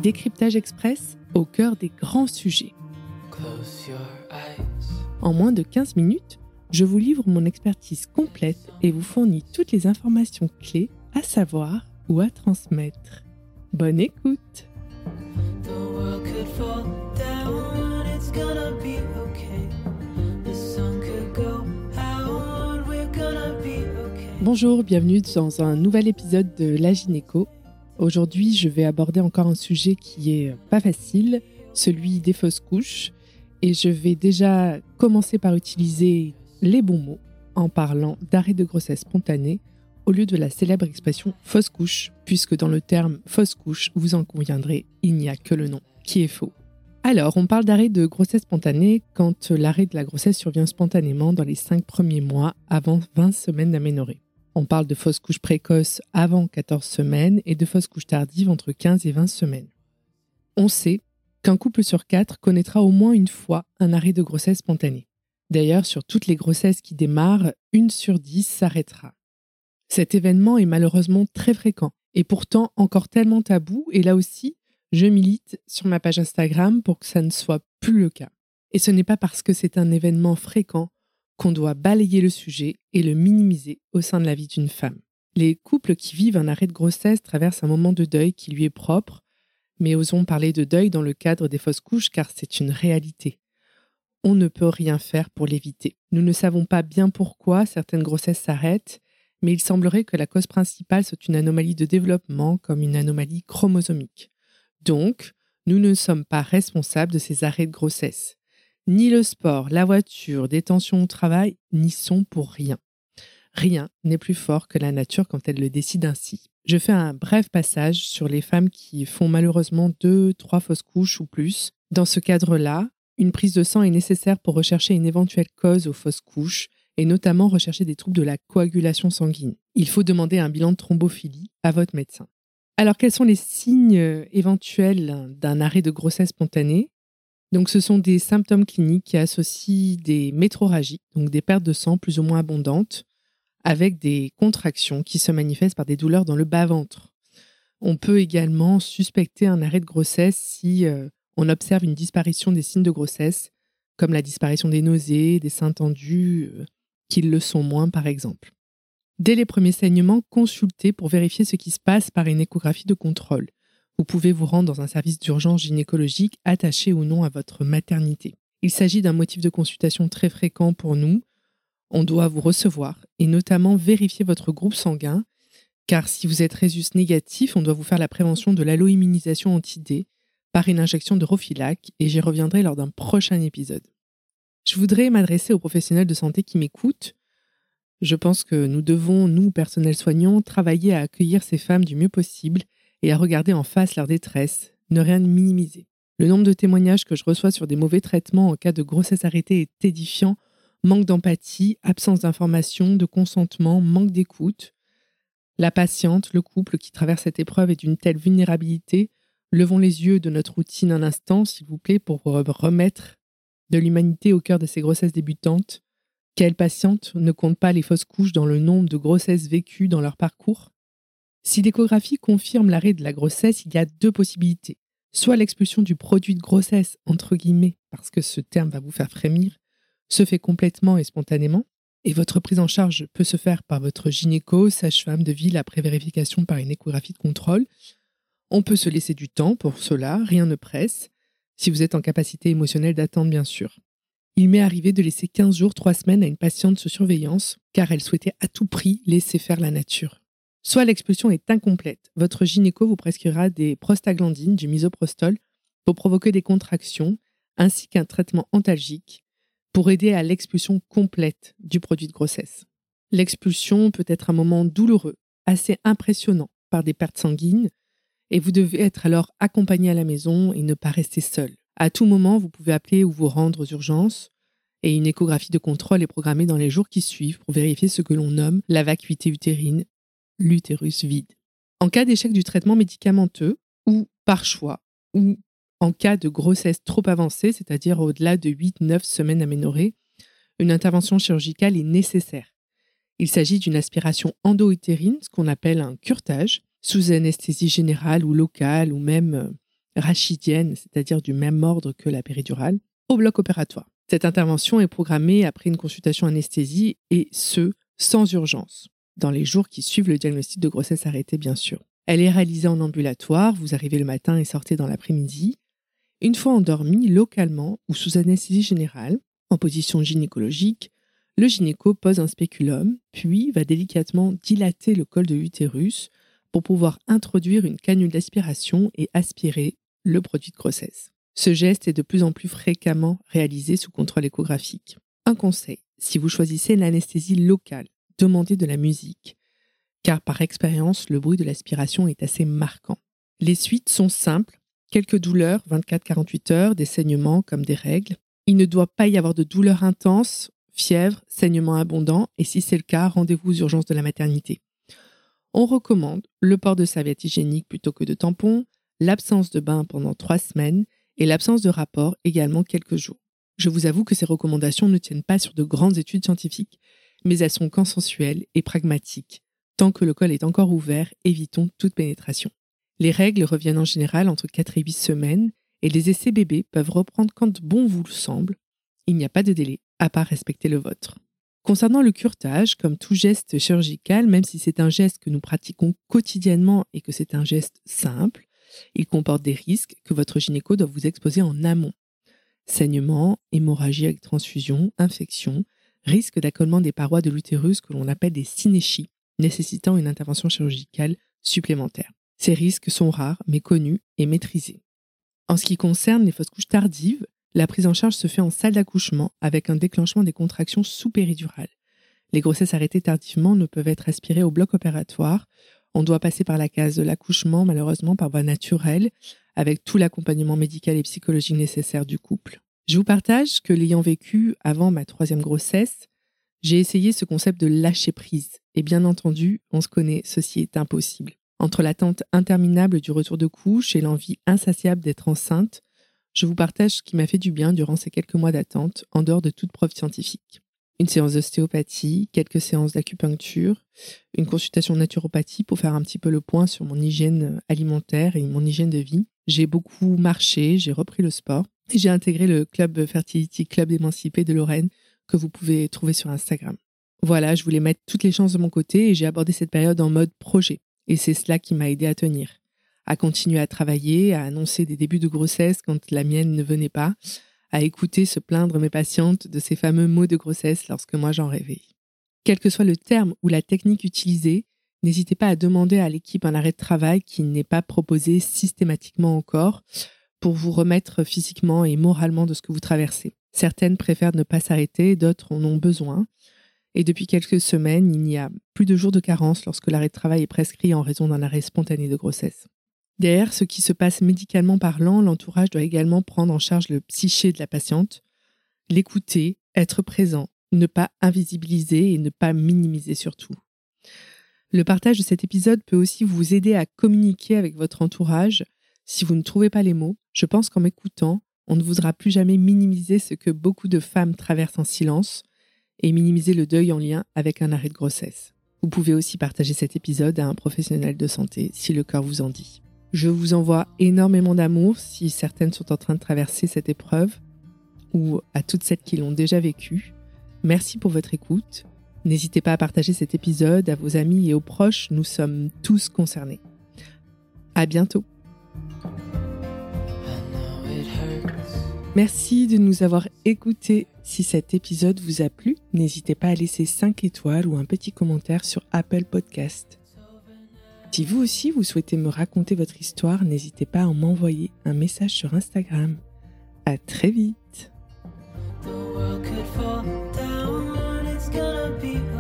Décryptage Express au cœur des grands sujets. En moins de 15 minutes, je vous livre mon expertise complète et vous fournis toutes les informations clés à savoir ou à transmettre. Bonne écoute! Bonjour, bienvenue dans un nouvel épisode de La Gynéco. Aujourd'hui, je vais aborder encore un sujet qui est pas facile, celui des fausses couches. Et je vais déjà commencer par utiliser les bons mots en parlant d'arrêt de grossesse spontanée au lieu de la célèbre expression fausse couche, puisque dans le terme fausse couche, vous en conviendrez, il n'y a que le nom qui est faux. Alors, on parle d'arrêt de grossesse spontanée quand l'arrêt de la grossesse survient spontanément dans les 5 premiers mois avant 20 semaines d'aménorrhée. On parle de fausse couche précoce avant 14 semaines et de fausse couche tardive entre 15 et 20 semaines. On sait qu'un couple sur 4 connaîtra au moins une fois un arrêt de grossesse spontanée. D'ailleurs, sur toutes les grossesses qui démarrent, 1 sur 10 s'arrêtera. Cet événement est malheureusement très fréquent et pourtant encore tellement tabou, et là aussi, je milite sur ma page Instagram pour que ça ne soit plus le cas. Et ce n'est pas parce que c'est un événement fréquent qu'on doit balayer le sujet et le minimiser au sein de la vie d'une femme. Les couples qui vivent un arrêt de grossesse traversent un moment de deuil qui lui est propre, mais osons parler de deuil dans le cadre des fausses couches car c'est une réalité. On ne peut rien faire pour l'éviter. Nous ne savons pas bien pourquoi certaines grossesses s'arrêtent, mais il semblerait que la cause principale soit une anomalie de développement comme une anomalie chromosomique. Donc, nous ne sommes pas responsables de ces arrêts de grossesse. Ni le sport, la voiture, des tensions au travail n'y sont pour rien. Rien n'est plus fort que la nature quand elle le décide ainsi. Je fais un bref passage sur les femmes qui font malheureusement 2-3 fausses couches ou plus. Dans ce cadre-là, une prise de sang est nécessaire pour rechercher une éventuelle cause aux fausses couches et notamment rechercher des troubles de la coagulation sanguine. Il faut demander un bilan de thrombophilie à votre médecin. Alors, quels sont les signes éventuels d'un arrêt de grossesse spontanée ? Donc, ce sont des symptômes cliniques qui associent des métrorragies, donc des pertes de sang plus ou moins abondantes, avec des contractions qui se manifestent par des douleurs dans le bas-ventre. On peut également suspecter un arrêt de grossesse si on observe une disparition des signes de grossesse, comme la disparition des nausées, des seins tendus, qui le sont moins par exemple. Dès les premiers saignements, consultez pour vérifier ce qui se passe par une échographie de contrôle. Vous pouvez vous rendre dans un service d'urgence gynécologique attaché ou non à votre maternité. Il s'agit d'un motif de consultation très fréquent pour nous. On doit vous recevoir et notamment vérifier votre groupe sanguin, car si vous êtes rhésus négatif, on doit vous faire la prévention de l'alloimmunisation anti-D par une injection de Rofilac et j'y reviendrai lors d'un prochain épisode. Je voudrais m'adresser aux professionnels de santé qui m'écoutent. Je pense que nous devons, nous, personnels soignants, travailler à accueillir ces femmes du mieux possible et à regarder en face leur détresse, ne rien minimiser. Le nombre de témoignages que je reçois sur des mauvais traitements en cas de grossesse arrêtée est édifiant. Manque d'empathie, absence d'information, de consentement, manque d'écoute. La patiente, le couple qui traverse cette épreuve est d'une telle vulnérabilité. Levons les yeux de notre routine un instant, s'il vous plaît, pour remettre de l'humanité au cœur de ces grossesses débutantes. Quelle patiente ne compte pas les fausses couches dans le nombre de grossesses vécues dans leur parcours ? Si l'échographie confirme l'arrêt de la grossesse, il y a 2 possibilités. Soit l'expulsion du produit de grossesse, entre guillemets, parce que ce terme va vous faire frémir, se fait complètement et spontanément, et votre prise en charge peut se faire par votre gynéco, sage-femme de ville après vérification par une échographie de contrôle. On peut se laisser du temps pour cela, rien ne presse, si vous êtes en capacité émotionnelle d'attendre bien sûr. Il m'est arrivé de laisser 15 jours, 3 semaines à une patiente sous surveillance, car elle souhaitait à tout prix laisser faire la nature. Soit l'expulsion est incomplète, votre gynéco vous prescrira des prostaglandines, du misoprostol, pour provoquer des contractions, ainsi qu'un traitement antalgique, pour aider à l'expulsion complète du produit de grossesse. L'expulsion peut être un moment douloureux, assez impressionnant par des pertes sanguines, et vous devez être alors accompagné à la maison et ne pas rester seul. À tout moment, vous pouvez appeler ou vous rendre aux urgences, et une échographie de contrôle est programmée dans les jours qui suivent pour vérifier ce que l'on nomme la vacuité utérine, l'utérus vide. En cas d'échec du traitement médicamenteux, ou par choix, ou en cas de grossesse trop avancée, c'est-à-dire au-delà de 8-9 semaines aménorrhées, une intervention chirurgicale est nécessaire. Il s'agit d'une aspiration endo-utérine, ce qu'on appelle un curetage, sous anesthésie générale ou locale, ou même rachidienne, c'est-à-dire du même ordre que la péridurale, au bloc opératoire. Cette intervention est programmée après une consultation anesthésie et ce, sans urgence, dans les jours qui suivent le diagnostic de grossesse arrêtée, bien sûr. Elle est réalisée en ambulatoire, vous arrivez le matin et sortez dans l'après-midi. Une fois endormi, localement ou sous anesthésie générale, en position gynécologique, le gynéco pose un spéculum, puis va délicatement dilater le col de l'utérus pour pouvoir introduire une canule d'aspiration et aspirer le produit de grossesse. Ce geste est de plus en plus fréquemment réalisé sous contrôle échographique. Un conseil, si vous choisissez l'anesthésie locale, demandez de la musique, car par expérience, le bruit de l'aspiration est assez marquant. Les suites sont simples, quelques douleurs, 24-48 heures, des saignements comme des règles. Il ne doit pas y avoir de douleurs intenses, fièvre, saignements abondants, et si c'est le cas, rendez-vous aux urgences de la maternité. On recommande le port de serviettes hygiéniques plutôt que de tampons, l'absence de bain pendant 3 semaines et l'absence de rapport également quelques jours. Je vous avoue que ces recommandations ne tiennent pas sur de grandes études scientifiques, mais elles sont consensuelles et pragmatiques. Tant que le col est encore ouvert, évitons toute pénétration. Les règles reviennent en général entre 4 et 8 semaines et les essais bébés peuvent reprendre quand bon vous le semble. Il n'y a pas de délai, à part respecter le vôtre. Concernant le curetage, comme tout geste chirurgical, même si c'est un geste que nous pratiquons quotidiennement et que c'est un geste simple, il comporte des risques que votre gynéco doit vous exposer en amont. Saignement, hémorragie avec transfusion, infection, risque d'accolement des parois de l'utérus que l'on appelle des synéchies, nécessitant une intervention chirurgicale supplémentaire. Ces risques sont rares, mais connus et maîtrisés. En ce qui concerne les fausses couches tardives, la prise en charge se fait en salle d'accouchement avec un déclenchement des contractions sous-péridurales. Les grossesses arrêtées tardivement ne peuvent être aspirées au bloc opératoire. On doit passer par la case de l'accouchement, malheureusement par voie naturelle, avec tout l'accompagnement médical et psychologique nécessaire du couple. Je vous partage que l'ayant vécu avant ma 3e grossesse, j'ai essayé ce concept de lâcher prise. Et bien entendu, on se connaît, ceci est impossible. Entre l'attente interminable du retour de couche et l'envie insatiable d'être enceinte, je vous partage ce qui m'a fait du bien durant ces quelques mois d'attente, en dehors de toute preuve scientifique. Une séance d'ostéopathie, quelques séances d'acupuncture, une consultation de naturopathie pour faire un petit peu le point sur mon hygiène alimentaire et mon hygiène de vie. J'ai beaucoup marché, j'ai repris le sport et j'ai intégré le Club Fertility Club émancipé de Lorraine que vous pouvez trouver sur Instagram. Voilà, je voulais mettre toutes les chances de mon côté et j'ai abordé cette période en mode projet. Et c'est cela qui m'a aidé à tenir, à continuer à travailler, à annoncer des débuts de grossesse quand la mienne ne venait pas, à écouter se plaindre mes patientes de ces fameux mots de grossesse lorsque moi j'en rêvais. Quel que soit le terme ou la technique utilisée, n'hésitez pas à demander à l'équipe un arrêt de travail qui n'est pas proposé systématiquement encore pour vous remettre physiquement et moralement de ce que vous traversez. Certaines préfèrent ne pas s'arrêter, d'autres en ont besoin. Et depuis quelques semaines, il n'y a plus de jours de carence lorsque l'arrêt de travail est prescrit en raison d'un arrêt spontané de grossesse. Derrière ce qui se passe médicalement parlant, l'entourage doit également prendre en charge le psyché de la patiente, l'écouter, être présent, ne pas invisibiliser et ne pas minimiser surtout. Le partage de cet épisode peut aussi vous aider à communiquer avec votre entourage. Si vous ne trouvez pas les mots, je pense qu'en m'écoutant, on ne voudra plus jamais minimiser ce que beaucoup de femmes traversent en silence et minimiser le deuil en lien avec un arrêt de grossesse. Vous pouvez aussi partager cet épisode à un professionnel de santé si le cœur vous en dit. Je vous envoie énormément d'amour si certaines sont en train de traverser cette épreuve ou à toutes celles qui l'ont déjà vécue. Merci pour votre écoute. N'hésitez pas à partager cet épisode à vos amis et aux proches, nous sommes tous concernés. À bientôt. Merci de nous avoir écoutés. Si cet épisode vous a plu, n'hésitez pas à laisser 5 étoiles ou un petit commentaire sur Apple Podcast. Si vous aussi vous souhaitez me raconter votre histoire, n'hésitez pas à m'envoyer un message sur Instagram. À très vite. The world could fall down, it's gonna be